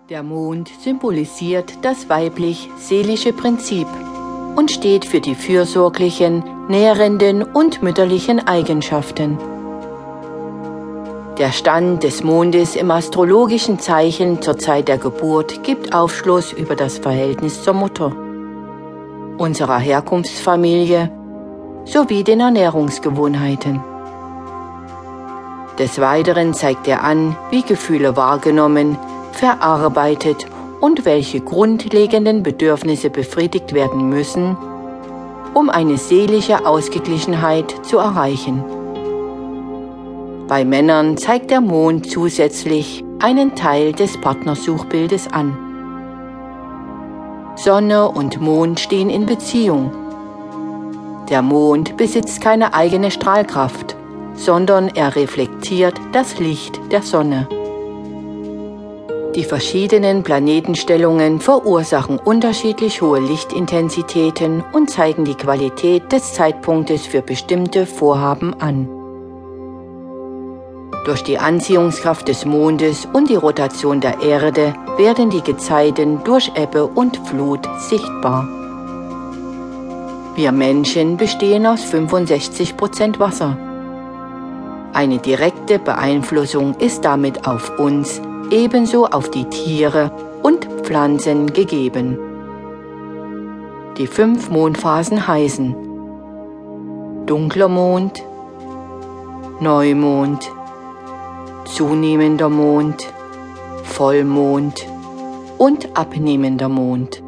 Der Mond symbolisiert das weiblich-seelische Prinzip und steht für die fürsorglichen, nährenden und mütterlichen Eigenschaften. Der Stand des Mondes im astrologischen Zeichen zur Zeit der Geburt gibt Aufschluss über das Verhältnis zur Mutter, unserer Herkunftsfamilie sowie den Ernährungsgewohnheiten. Des Weiteren zeigt er an, wie Gefühle wahrgenommen, verarbeitet und welche grundlegenden Bedürfnisse befriedigt werden müssen, um eine seelische Ausgeglichenheit zu erreichen. Bei Männern zeigt der Mond zusätzlich einen Teil des Partnersuchbildes an. Sonne und Mond stehen in Beziehung. Der Mond besitzt keine eigene Strahlkraft, sondern er reflektiert das Licht der Sonne. Die verschiedenen Planetenstellungen verursachen unterschiedlich hohe Lichtintensitäten und zeigen die Qualität des Zeitpunktes für bestimmte Vorhaben an. Durch die Anziehungskraft des Mondes und die Rotation der Erde werden die Gezeiten durch Ebbe und Flut sichtbar. Wir Menschen bestehen aus 65% Wasser. Eine direkte Beeinflussung ist damit auf uns, ebenso auf die Tiere und Pflanzen gegeben. Die 5 Mondphasen heißen dunkler Mond, Neumond, zunehmender Mond, Vollmond und abnehmender Mond.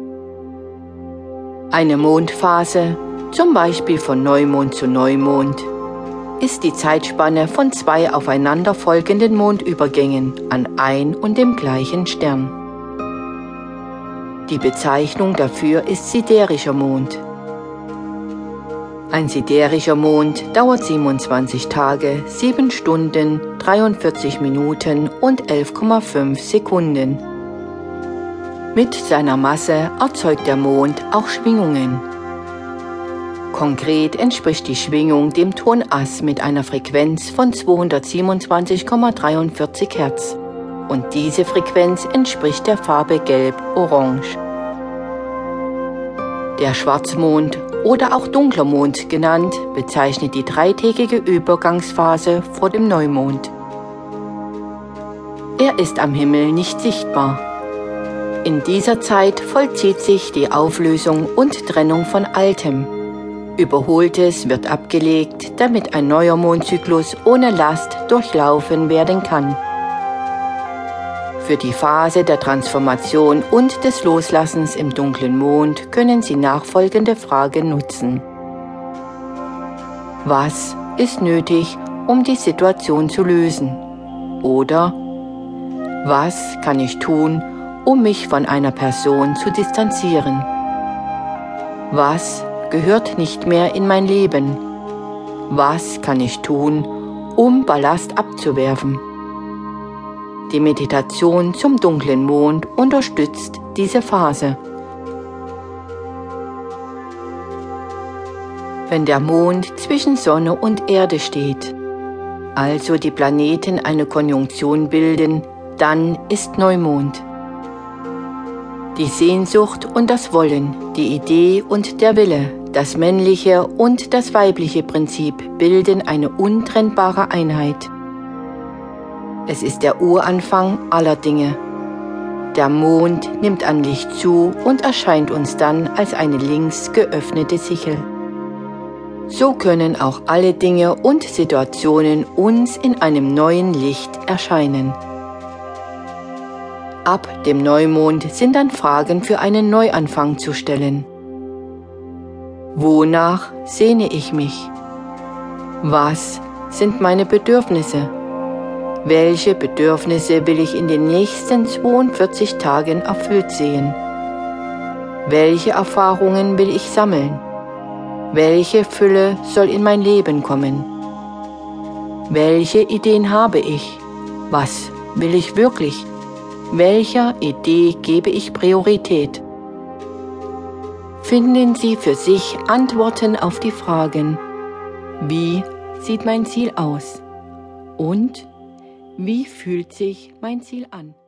Eine Mondphase, zum Beispiel von Neumond zu Neumond, ist die Zeitspanne von 2 aufeinanderfolgenden Mondübergängen an ein und dem gleichen Stern. Die Bezeichnung dafür ist siderischer Mond. Ein siderischer Mond dauert 27 Tage, 7 Stunden, 43 Minuten und 11,5 Sekunden. Mit seiner Masse erzeugt der Mond auch Schwingungen. Konkret entspricht die Schwingung dem Ton Ass mit einer Frequenz von 227,43 Hertz. Und diese Frequenz entspricht der Farbe Gelb-Orange. Der Schwarzmond oder auch dunkler Mond genannt, bezeichnet die dreitägige Übergangsphase vor dem Neumond. Er ist am Himmel nicht sichtbar. In dieser Zeit vollzieht sich die Auflösung und Trennung von Altem. Überholtes wird abgelegt, damit ein neuer Mondzyklus ohne Last durchlaufen werden kann. Für die Phase der Transformation und des Loslassens im dunklen Mond können Sie nachfolgende Fragen nutzen. Was ist nötig, um die Situation zu lösen? Oder was kann ich tun, um mich von einer Person zu distanzieren? Was gehört nicht mehr in mein Leben? Was kann ich tun, um Ballast abzuwerfen? Die Meditation zum dunklen Mond unterstützt diese Phase. Wenn der Mond zwischen Sonne und Erde steht, also die Planeten eine Konjunktion bilden, dann ist Neumond. Die Sehnsucht und das Wollen, die Idee und der Wille, das männliche und das weibliche Prinzip bilden eine untrennbare Einheit. Es ist der Uranfang aller Dinge. Der Mond nimmt an Licht zu und erscheint uns dann als eine links geöffnete Sichel. So können auch alle Dinge und Situationen uns in einem neuen Licht erscheinen. Ab dem Neumond sind dann Fragen für einen Neuanfang zu stellen. Wonach sehne ich mich? Was sind meine Bedürfnisse? Welche Bedürfnisse will ich in den nächsten 42 Tagen erfüllt sehen? Welche Erfahrungen will ich sammeln? Welche Fülle soll in mein Leben kommen? Welche Ideen habe ich? Was will ich wirklich? Welcher Idee gebe ich Priorität? Finden Sie für sich Antworten auf die Fragen: Wie sieht mein Ziel aus? Und wie fühlt sich mein Ziel an?